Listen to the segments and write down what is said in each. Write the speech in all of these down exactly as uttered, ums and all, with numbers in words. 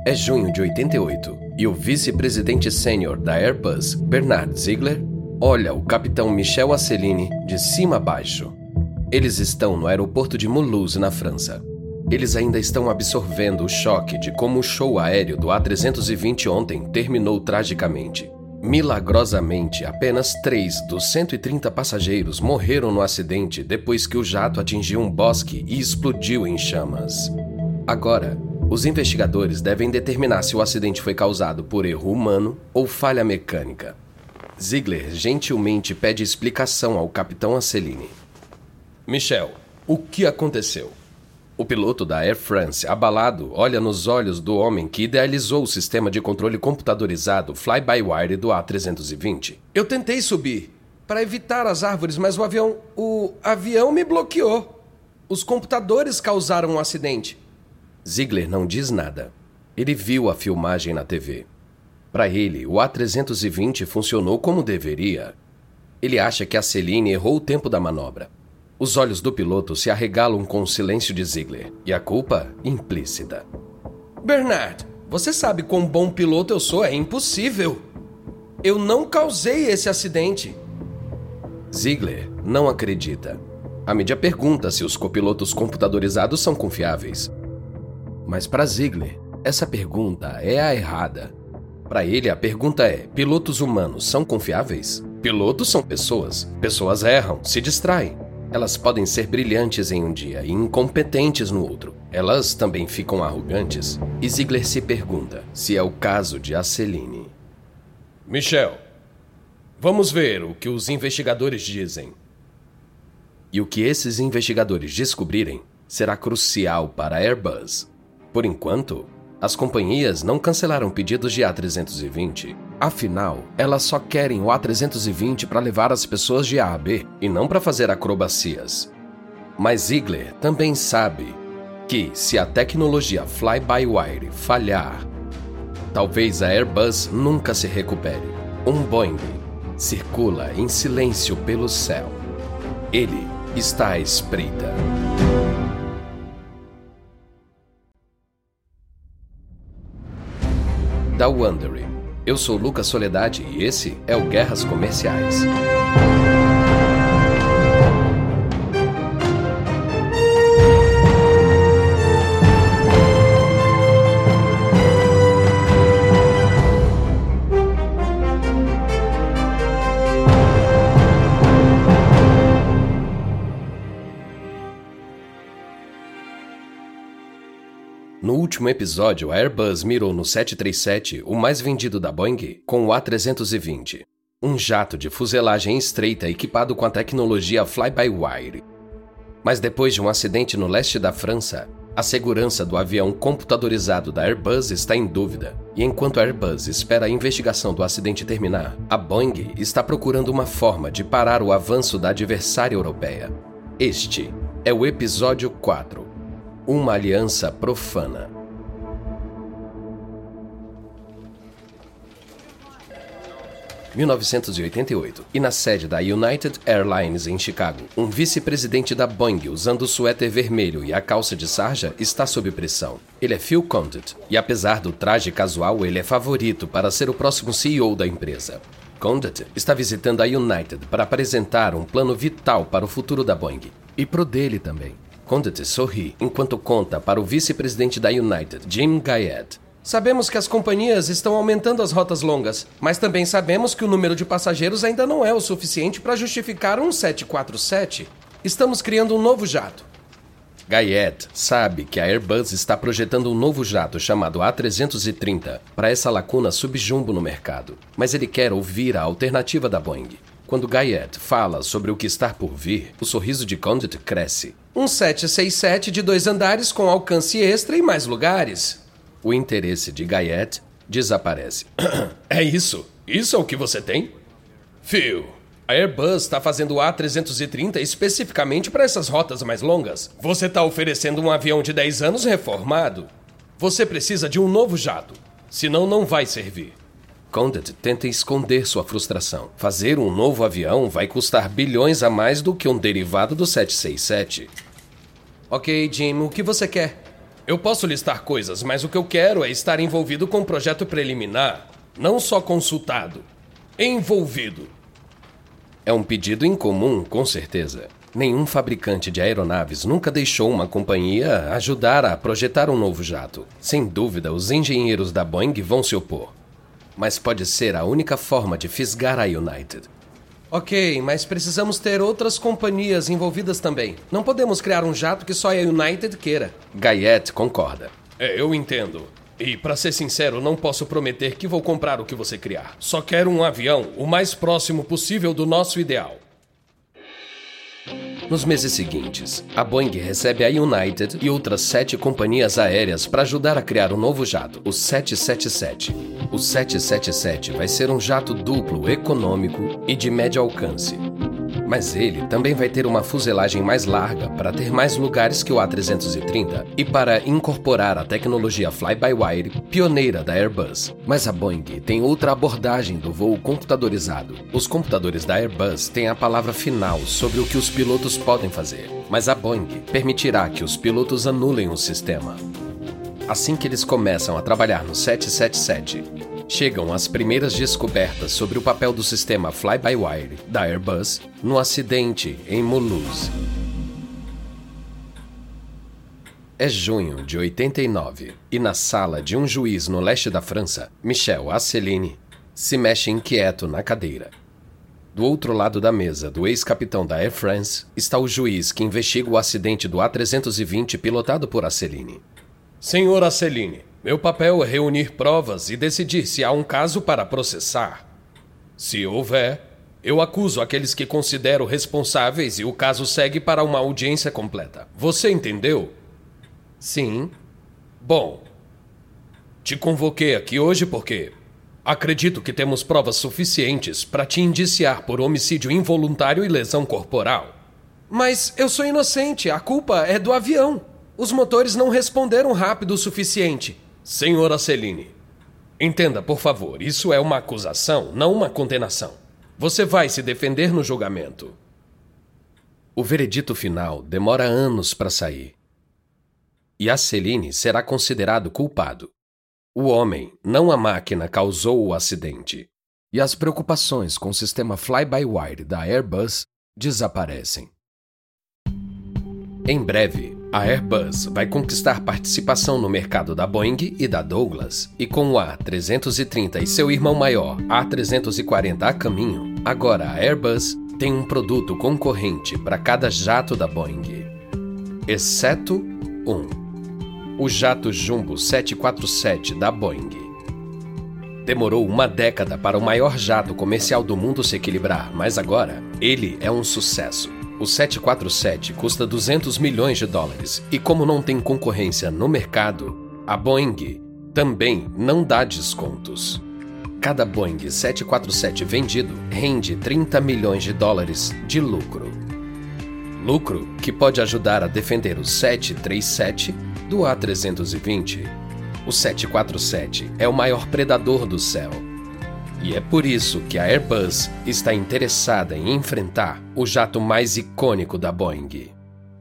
É junho de oitenta e oito e o vice-presidente sênior da Airbus, Bernard Ziegler, olha o capitão Michel Asselineau de cima a baixo. Eles estão no aeroporto de Mulhouse, na França. Eles ainda estão absorvendo o choque de como o show aéreo do A trezentos e vinte ontem terminou tragicamente. Milagrosamente, apenas três dos cento e trinta passageiros morreram no acidente depois que o jato atingiu um bosque e explodiu em chamas. Agora, os investigadores devem determinar se o acidente foi causado por erro humano ou falha mecânica. Ziegler gentilmente pede explicação ao capitão Asselineau. Michel, o que aconteceu? O piloto da Air France, abalado, olha nos olhos do homem que idealizou o sistema de controle computadorizado fly-by-wire do A trezentos e vinte. Eu tentei subir para evitar as árvores, mas o avião... O avião me bloqueou. Os computadores causaram um acidente. Ziegler não diz nada. Ele viu a filmagem na T V. Para ele, o A trezentos e vinte funcionou como deveria. Ele acha que Asselineau errou o tempo da manobra. Os olhos do piloto se arregalam com o silêncio de Ziegler, e a culpa implícita. Bernard, você sabe quão bom piloto eu sou? É impossível. Eu não causei esse acidente. Ziegler não acredita. A mídia pergunta se os copilotos computadorizados são confiáveis. Mas para Ziegler, essa pergunta é a errada. Para ele, a pergunta é: pilotos humanos são confiáveis? Pilotos são pessoas. Pessoas erram, se distraem. Elas podem ser brilhantes em um dia e incompetentes no outro. Elas também ficam arrogantes. E Ziegler se pergunta se é o caso de Asselineau. Michel, vamos ver o que os investigadores dizem. E o que esses investigadores descobrirem será crucial para a Airbus. Por enquanto, as companhias não cancelaram pedidos de A trezentos e vinte. Afinal, elas só querem o A trezentos e vinte para levar as pessoas de A a B e não para fazer acrobacias. Mas Ziegler também sabe que, se a tecnologia fly-by-wire falhar, talvez a Airbus nunca se recupere. Um Boeing circula em silêncio pelo céu. Ele está à espreita. Da Wondery. Eu sou Lucas Soledade e esse é o Guerras Comerciais. No último episódio, a Airbus mirou no sete três sete, o mais vendido da Boeing, com o A trezentos e vinte. Um jato de fuselagem estreita equipado com a tecnologia fly-by-wire. Mas depois de um acidente no leste da França, a segurança do avião computadorizado da Airbus está em dúvida. E enquanto a Airbus espera a investigação do acidente terminar, a Boeing está procurando uma forma de parar o avanço da adversária europeia. Este é o episódio quatro. Uma aliança profana. mil novecentos e oitenta e oito, e na sede da United Airlines em Chicago, um vice-presidente da Boeing usando o suéter vermelho e a calça de sarja está sob pressão. Ele é Phil Condit, e apesar do traje casual, ele é favorito para ser o próximo C E O da empresa. Condit está visitando a United para apresentar um plano vital para o futuro da Boeing, e pro dele também. Condit sorri enquanto conta para o vice-presidente da United, Jim Guyette. Sabemos que as companhias estão aumentando as rotas longas, mas também sabemos que o número de passageiros ainda não é o suficiente para justificar um sete quatro sete. Estamos criando um novo jato. Guyette sabe que a Airbus está projetando um novo jato chamado A trezentos e trinta para essa lacuna subjumbo no mercado, mas ele quer ouvir a alternativa da Boeing. Quando Guyette fala sobre o que está por vir, o sorriso de Condit cresce. Um sete seis sete de dois andares com alcance extra e mais lugares. O interesse de Guyette desaparece. É isso? Isso é o que você tem? Phil, a Airbus está fazendo o A trezentos e trinta especificamente para essas rotas mais longas. Você está oferecendo um avião de dez anos reformado. Você precisa de um novo jato, senão não vai servir. Condit tenta esconder sua frustração. Fazer um novo avião vai custar bilhões a mais do que um derivado do sete seis sete. Ok, Jim, o que você quer? Eu posso listar coisas, mas o que eu quero é estar envolvido com o projeto preliminar. Não só consultado. Envolvido. É um pedido incomum, com certeza. Nenhum fabricante de aeronaves nunca deixou uma companhia ajudar a projetar um novo jato. Sem dúvida, os engenheiros da Boeing vão se opor. Mas pode ser a única forma de fisgar a United. Ok, mas precisamos ter outras companhias envolvidas também. Não podemos criar um jato que só a United queira. Gayet concorda. É, eu entendo. E, pra ser sincero, não posso prometer que vou comprar o que você criar. Só quero um avião o mais próximo possível do nosso ideal. Nos meses seguintes, a Boeing recebe a United e outras sete companhias aéreas para ajudar a criar um novo jato, o sete sete sete. O sete sete sete vai ser um jato duplo, econômico e de médio alcance. Mas ele também vai ter uma fuselagem mais larga para ter mais lugares que o A trezentos e trinta e para incorporar a tecnologia fly-by-wire pioneira da Airbus. Mas a Boeing tem outra abordagem do voo computadorizado. Os computadores da Airbus têm a palavra final sobre o que os pilotos podem fazer, mas a Boeing permitirá que os pilotos anulem o sistema. Assim que eles começam a trabalhar no sete sete sete, chegam as primeiras descobertas sobre o papel do sistema fly-by-wire da Airbus no acidente em Mulhouse. É junho de oitenta e nove, e na sala de um juiz no leste da França, Michel Asselineau se mexe inquieto na cadeira. Do outro lado da mesa do ex-capitão da Air France está o juiz que investiga o acidente do A trezentos e vinte pilotado por Asselineau. Senhor Asselineau, meu papel é reunir provas e decidir se há um caso para processar. Se houver, eu acuso aqueles que considero responsáveis e o caso segue para uma audiência completa. Você entendeu? Sim. Bom, te convoquei aqui hoje porque acredito que temos provas suficientes para te indiciar por homicídio involuntário e lesão corporal. Mas eu sou inocente, a culpa é do avião. Os motores não responderam rápido o suficiente. Senhor Asselineau, entenda, por favor, isso é uma acusação, não uma condenação. Você vai se defender no julgamento. O veredito final demora anos para sair. E Asselineau será considerado culpado. O homem, não a máquina, causou o acidente. E as preocupações com o sistema fly-by-wire da Airbus desaparecem. Em breve, a Airbus vai conquistar participação no mercado da Boeing e da Douglas, e com o A trezentos e trinta e seu irmão maior, A trezentos e quarenta, a caminho, agora a Airbus tem um produto concorrente para cada jato da Boeing. Exceto um. O jato Jumbo sete quatro sete da Boeing. Demorou uma década para o maior jato comercial do mundo se equilibrar, mas agora ele é um sucesso. O sete quatro sete custa duzentos milhões de dólares e, como não tem concorrência no mercado, a Boeing também não dá descontos. Cada Boeing sete quatro sete vendido rende trinta milhões de dólares de lucro. Lucro que pode ajudar a defender o sete três sete do A trezentos e vinte. O sete quatro sete é o maior predador do céu. E é por isso que a Airbus está interessada em enfrentar o jato mais icônico da Boeing.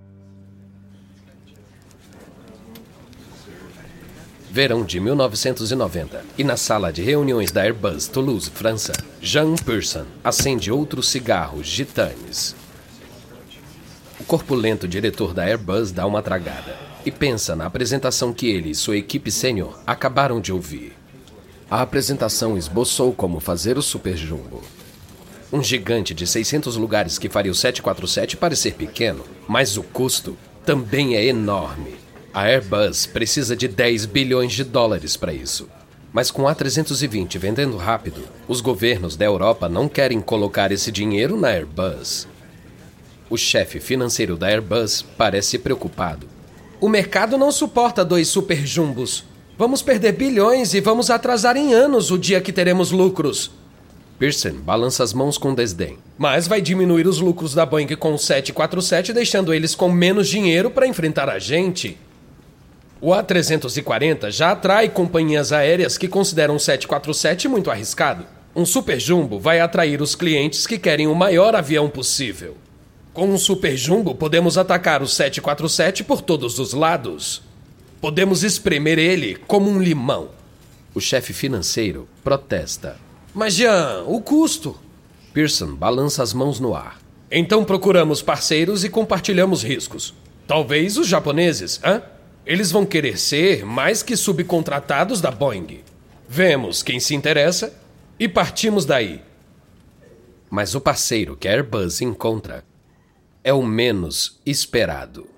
Verão de mil novecentos e noventa, e na sala de reuniões da Airbus Toulouse, França, Jean Pearson acende outro cigarro Gitanes. O corpulento diretor da Airbus dá uma tragada e pensa na apresentação que ele e sua equipe sênior acabaram de ouvir. A apresentação esboçou como fazer o Super Jumbo. Um gigante de seiscentos lugares que faria o sete quatro sete parecer pequeno, mas o custo também é enorme. A Airbus precisa de dez bilhões de dólares para isso. Mas com o A trezentos e vinte vendendo rápido, os governos da Europa não querem colocar esse dinheiro na Airbus. O chefe financeiro da Airbus parece preocupado. O mercado não suporta dois Super Jumbos. Vamos perder bilhões e vamos atrasar em anos o dia que teremos lucros. Pearson balança as mãos com desdém. Mas vai diminuir os lucros da Boeing com o sete quatro sete, deixando eles com menos dinheiro para enfrentar a gente. O A trezentos e quarenta já atrai companhias aéreas que consideram o sete quatro sete muito arriscado. Um Super Jumbo vai atrair os clientes que querem o maior avião possível. Com um Super Jumbo, podemos atacar o sete quatro sete por todos os lados. Podemos espremer ele como um limão. O chefe financeiro protesta. Mas, Jean, o custo? Pearson balança as mãos no ar. Então procuramos parceiros e compartilhamos riscos. Talvez os japoneses, hã? Eles vão querer ser mais que subcontratados da Boeing. Vemos quem se interessa e partimos daí. Mas o parceiro que a Airbus encontra é o menos esperado.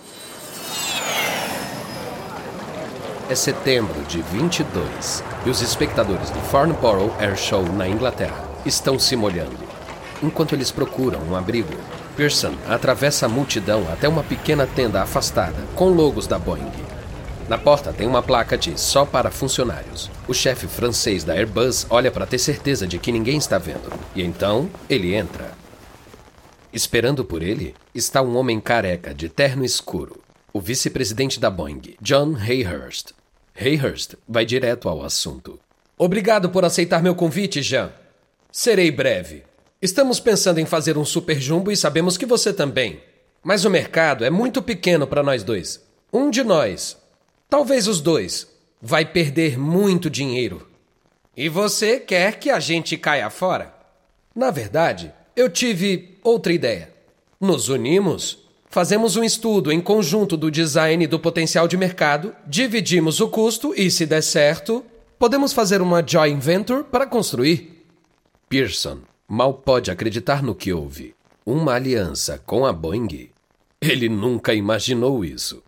É setembro de vinte e dois e os espectadores do Farnborough Air Show na Inglaterra estão se molhando. Enquanto eles procuram um abrigo, Pearson atravessa a multidão até uma pequena tenda afastada com logos da Boeing. Na porta tem uma placa de só para funcionários. O chefe francês da Airbus olha para ter certeza de que ninguém está vendo. E então, ele entra. Esperando por ele, está um homem careca de terno escuro. O vice-presidente da Boeing, John Hayhurst. Hayhurst vai direto ao assunto. Obrigado por aceitar meu convite, Jean. Serei breve. Estamos pensando em fazer um super jumbo e sabemos que você também. Mas o mercado é muito pequeno para nós dois. Um de nós, talvez os dois, vai perder muito dinheiro. E você quer que a gente caia fora? Na verdade, eu tive outra ideia. Nos unimos, fazemos um estudo em conjunto do design e do potencial de mercado, dividimos o custo e, se der certo, podemos fazer uma joint venture para construir. Pearson mal pode acreditar no que ouve. Uma aliança com a Boeing. Ele nunca imaginou isso.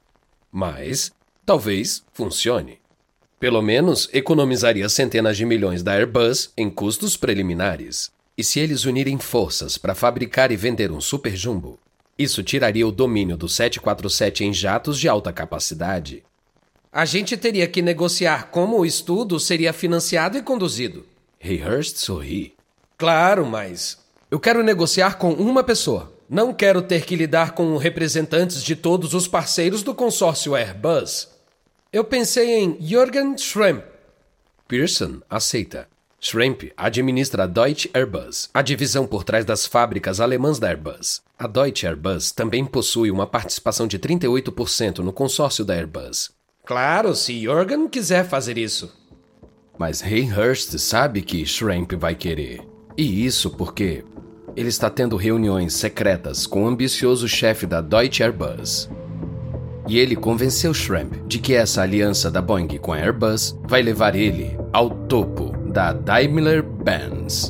Mas talvez funcione. Pelo menos economizaria centenas de milhões da Airbus em custos preliminares. E se eles unirem forças para fabricar e vender um super jumbo, isso tiraria o domínio do sete quatro sete em jatos de alta capacidade. A gente teria que negociar como o estudo seria financiado e conduzido. Hayhurst sorri. Claro, mas eu quero negociar com uma pessoa. Não quero ter que lidar com representantes de todos os parceiros do consórcio Airbus. Eu pensei em Jürgen Schremp. Pearson aceita. Schremp administra a Deutsche Airbus, a divisão por trás das fábricas alemãs da Airbus. A Deutsche Airbus também possui uma participação de trinta e oito por cento no consórcio da Airbus. Claro, se Jürgen quiser fazer isso. Mas Hayhurst sabe que Schremp vai querer. E isso porque ele está tendo reuniões secretas com o ambicioso chefe da Deutsche Airbus. E ele convenceu Schremp de que essa aliança da Boeing com a Airbus vai levar ele ao topo da Daimler-Benz.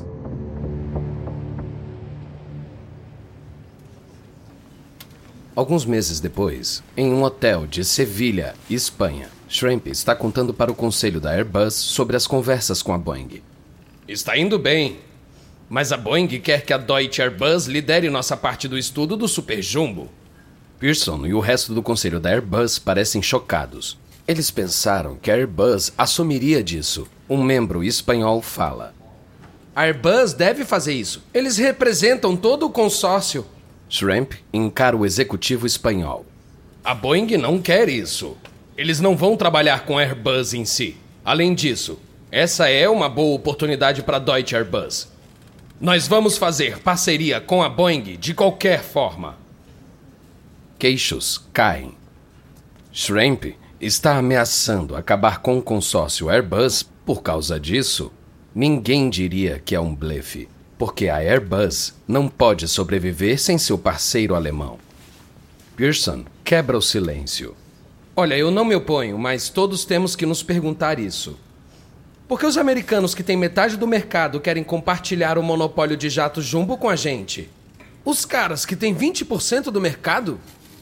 Alguns meses depois, em um hotel de Sevilha, Espanha, Schremp está contando para o conselho da Airbus sobre as conversas com a Boeing. Está indo bem, mas a Boeing quer que a Deutsche Airbus lidere nossa parte do estudo do Super Jumbo. Pearson e o resto do conselho da Airbus parecem chocados. Eles pensaram que a Airbus assumiria disso. Um membro espanhol fala. A Airbus deve fazer isso. Eles representam todo o consórcio. Schremp encara o executivo espanhol. A Boeing não quer isso. Eles não vão trabalhar com a Airbus em si. Além disso, essa é uma boa oportunidade para a Deutsche Airbus. Nós vamos fazer parceria com a Boeing de qualquer forma. Queixos caem. Schremp está ameaçando acabar com o consórcio Airbus por causa disso. Ninguém diria que é um blefe, porque a Airbus não pode sobreviver sem seu parceiro alemão. Pearson quebra o silêncio. Olha, eu não me oponho, mas todos temos que nos perguntar isso. Por que os americanos que têm metade do mercado querem compartilhar o monopólio de jatos jumbo com a gente? Os caras que têm vinte por cento do mercado?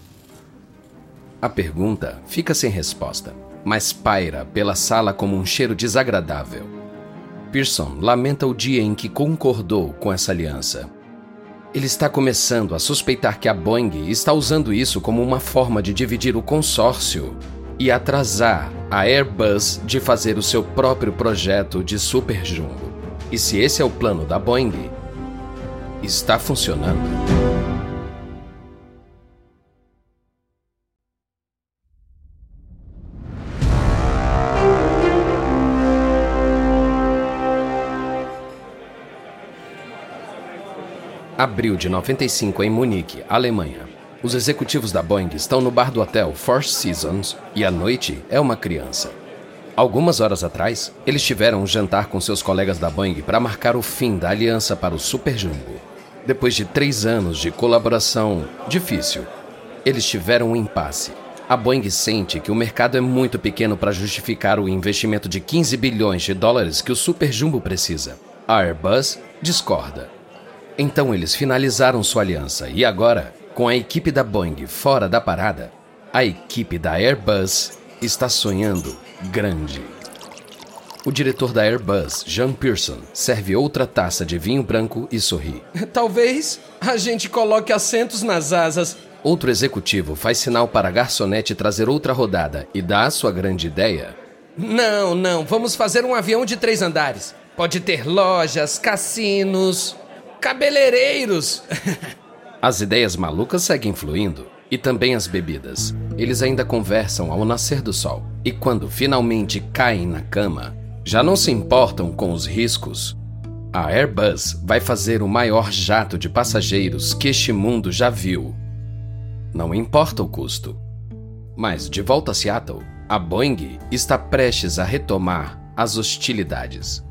A pergunta fica sem resposta, mas paira pela sala como um cheiro desagradável. Pearson lamenta o dia em que concordou com essa aliança. Ele está começando a suspeitar que a Boeing está usando isso como uma forma de dividir o consórcio e atrasar a Airbus de fazer o seu próprio projeto de super jumbo. E se esse é o plano da Boeing, está funcionando. Abril de noventa e cinco em Munique, Alemanha. Os executivos da Boeing estão no bar do hotel Four Seasons e à noite é uma criança. Algumas horas atrás, eles tiveram um jantar com seus colegas da Boeing para marcar o fim da aliança para o Super Jumbo. Depois de três anos de colaboração difícil, eles tiveram um impasse. A Boeing sente que o mercado é muito pequeno para justificar o investimento de quinze bilhões de dólares que o Super Jumbo precisa. A Airbus discorda. Então eles finalizaram sua aliança e agora, com a equipe da Boeing fora da parada, a equipe da Airbus está sonhando grande. O diretor da Airbus, Jean Pearson, serve outra taça de vinho branco e sorri. Talvez a gente coloque assentos nas asas. Outro executivo faz sinal para a garçonete trazer outra rodada e dá a sua grande ideia. Não, não, vamos fazer um avião de três andares. Pode ter lojas, cassinos, cabeleireiros. As ideias malucas seguem fluindo. E também as bebidas. Eles ainda conversam ao nascer do sol. E quando finalmente caem na cama, já não se importam com os riscos. A Airbus vai fazer o maior jato de passageiros que este mundo já viu. Não importa o custo. Mas, de volta a Seattle, a Boeing está prestes a retomar as hostilidades.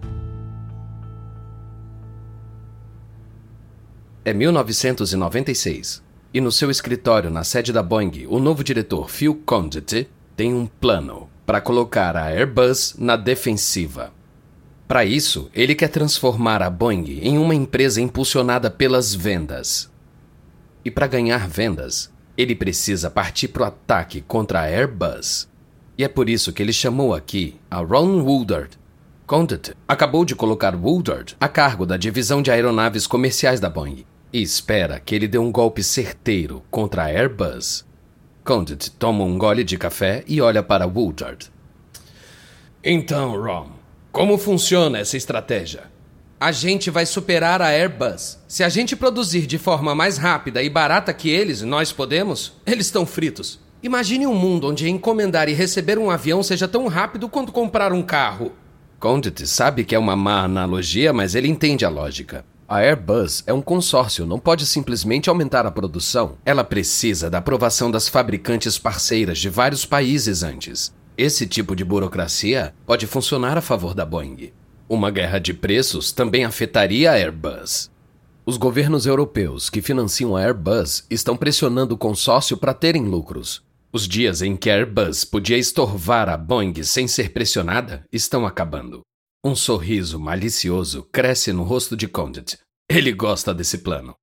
É mil novecentos e noventa e seis. E no seu escritório na sede da Boeing, o novo diretor Phil Condit tem um plano para colocar a Airbus na defensiva. Para isso, ele quer transformar a Boeing em uma empresa impulsionada pelas vendas. E para ganhar vendas, ele precisa partir para o ataque contra a Airbus. E é por isso que ele chamou aqui a Ron Woodard. Condit acabou de colocar Woodard a cargo da divisão de aeronaves comerciais da Boeing. E espera que ele dê um golpe certeiro contra a Airbus. Condit toma um gole de café e olha para Woodard. Então, Ron, como funciona essa estratégia? A gente vai superar a Airbus. Se a gente produzir de forma mais rápida e barata que eles, nós podemos, eles estão fritos. Imagine um mundo onde encomendar e receber um avião seja tão rápido quanto comprar um carro. Condit sabe que é uma má analogia, mas ele entende a lógica. A Airbus é um consórcio, não pode simplesmente aumentar a produção. Ela precisa da aprovação das fabricantes parceiras de vários países antes. Esse tipo de burocracia pode funcionar a favor da Boeing. Uma guerra de preços também afetaria a Airbus. Os governos europeus que financiam a Airbus estão pressionando o consórcio para terem lucros. Os dias em que a Airbus podia estorvar a Boeing sem ser pressionada estão acabando. Um sorriso malicioso cresce no rosto de Condit. Ele gosta desse plano.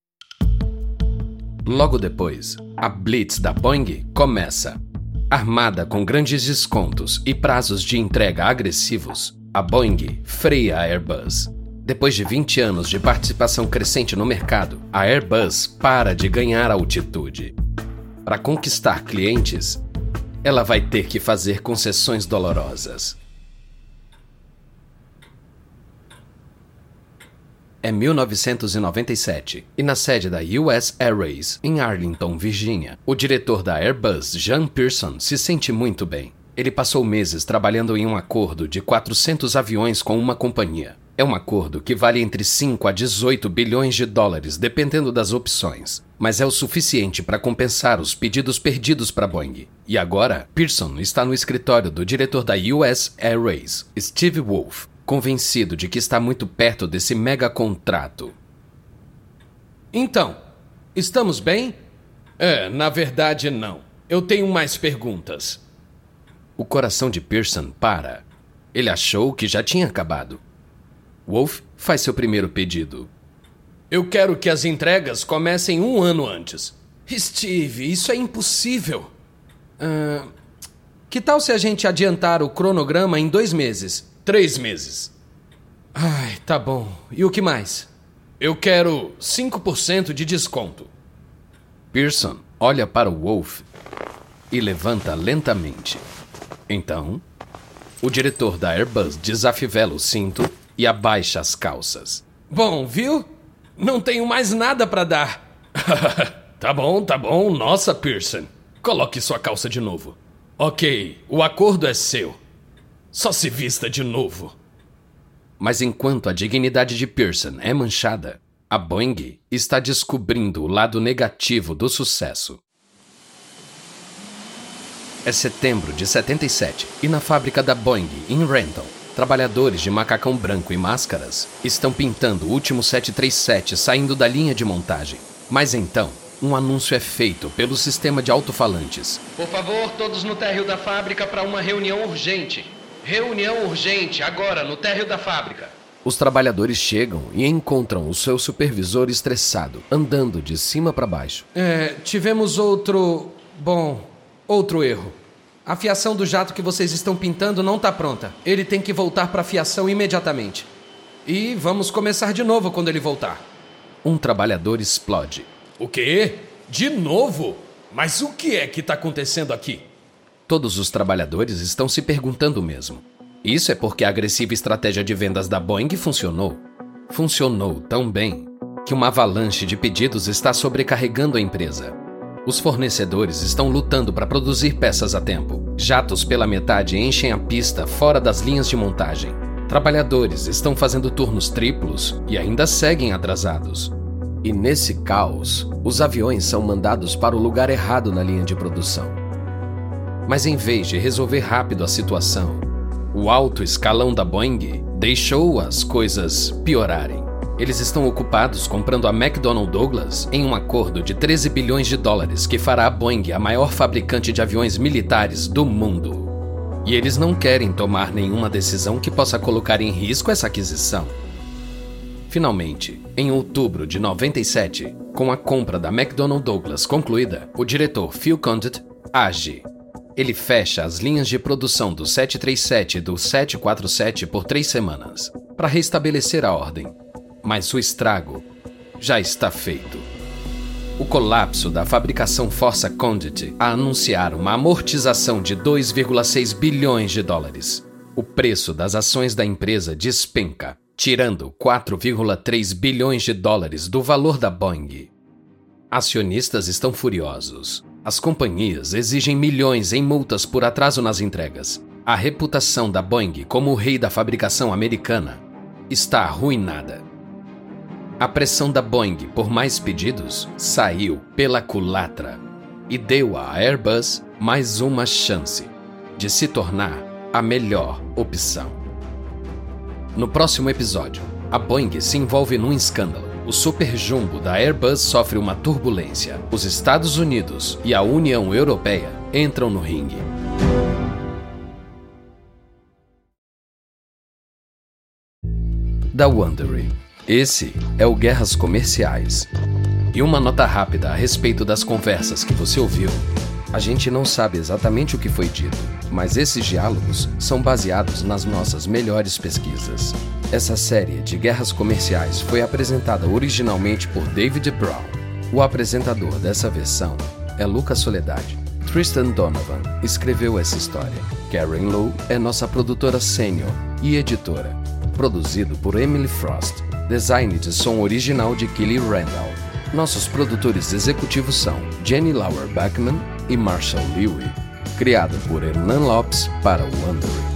Logo depois, a Blitz da Boeing começa. Armada com grandes descontos e prazos de entrega agressivos, a Boeing freia a Airbus. Depois de vinte anos de participação crescente no mercado, a Airbus para de ganhar altitude. Para conquistar clientes, ela vai ter que fazer concessões dolorosas. É mil novecentos e noventa e sete, e na sede da U S Airways, em Arlington, Virgínia, o diretor da Airbus, Jean Pearson, se sente muito bem. Ele passou meses trabalhando em um acordo de quatrocentos aviões com uma companhia. É um acordo que vale entre cinco a dezoito bilhões de dólares, dependendo das opções. Mas é o suficiente para compensar os pedidos perdidos para a Boeing. E agora, Pearson está no escritório do diretor da U S Airways, Steve Wolf, convencido de que está muito perto desse mega contrato. Então, estamos bem? É, na verdade não. Eu tenho mais perguntas. O coração de Pearson para. Ele achou que já tinha acabado. Wolf faz seu primeiro pedido. Eu quero que as entregas comecem um ano antes. Steve, isso é impossível. Uh, que tal se a gente adiantar o cronograma em dois meses? Três meses. Ai, tá bom. E o que mais? Eu quero cinco por cento de desconto. Pearson olha para o Wolf e levanta lentamente. Então, o diretor da Airbus desafivela o cinto e abaixa as calças. Bom, viu? Não tenho mais nada para dar. Tá bom, tá bom. Nossa, Pearson. Coloque sua calça de novo. Ok, o acordo é seu. Só se vista de novo. Mas enquanto a dignidade de Pearson é manchada, A Boeing está descobrindo o lado negativo do sucesso. É setembro de setenta e sete e na fábrica da Boeing, em Renton, trabalhadores de macacão branco e máscaras estão pintando o último sete três sete saindo da linha de montagem. Mas então, um anúncio é feito pelo sistema de alto-falantes. Por favor, todos no térreo da fábrica para uma reunião urgente. Reunião urgente, agora, no térreo da fábrica. Os trabalhadores chegam e encontram o seu supervisor estressado, andando de cima para baixo. É, tivemos outro... Bom, outro erro. A fiação do jato que vocês estão pintando não está pronta. Ele tem que voltar para a fiação imediatamente. E vamos começar de novo quando ele voltar. Um trabalhador explode. O quê? De novo? Mas o que é que está acontecendo aqui? Todos os trabalhadores estão se perguntando o mesmo. Isso é porque a agressiva estratégia de vendas da Boeing funcionou. Funcionou tão bem que uma avalanche de pedidos está sobrecarregando a empresa. Os fornecedores estão lutando para produzir peças a tempo. Jatos pela metade enchem a pista fora das linhas de montagem. Trabalhadores estão fazendo turnos triplos e ainda seguem atrasados. E nesse caos, os aviões são mandados para o lugar errado na linha de produção. Mas em vez de resolver rápido a situação, o alto escalão da Boeing deixou as coisas piorarem. Eles estão ocupados comprando a McDonnell Douglas em um acordo de treze bilhões de dólares que fará a Boeing a maior fabricante de aviões militares do mundo. E eles não querem tomar nenhuma decisão que possa colocar em risco essa aquisição. Finalmente, em outubro de noventa e sete, com a compra da McDonnell Douglas concluída, o diretor Phil Condit age. Ele fecha as linhas de produção do sete três sete e do sete quatro sete por três semanas, para restabelecer a ordem. Mas o estrago já está feito. O colapso da fabricação força Condit a anunciar uma amortização de dois vírgula seis bilhões de dólares. O preço das ações da empresa despenca, tirando quatro vírgula três bilhões de dólares do valor da Boeing. Acionistas estão furiosos. As companhias exigem milhões em multas por atraso nas entregas. A reputação da Boeing como o rei da fabricação americana está arruinada. A pressão da Boeing por mais pedidos saiu pela culatra e deu à Airbus mais uma chance de se tornar a melhor opção. No próximo episódio, a Boeing se envolve num escândalo. O super jumbo da Airbus sofre uma turbulência. Os Estados Unidos e a União Europeia entram no ringue. Da Wondery. Esse é o Guerras Comerciais. E uma nota rápida a respeito das conversas que você ouviu. A gente não sabe exatamente o que foi dito, mas esses diálogos são baseados nas nossas melhores pesquisas. Essa série de Guerras Comerciais foi apresentada originalmente por David Brown. O apresentador dessa versão é Lucas Soledade. Tristan Donovan escreveu essa história. Karen Lowe é nossa produtora sênior e editora. Produzido por Emily Frost. Design de som original de Kelly Randall. Nossos produtores executivos são Jenny Lauer Bachman e Marshall Lewy. Criado por Hernan Lopes para o Wondery.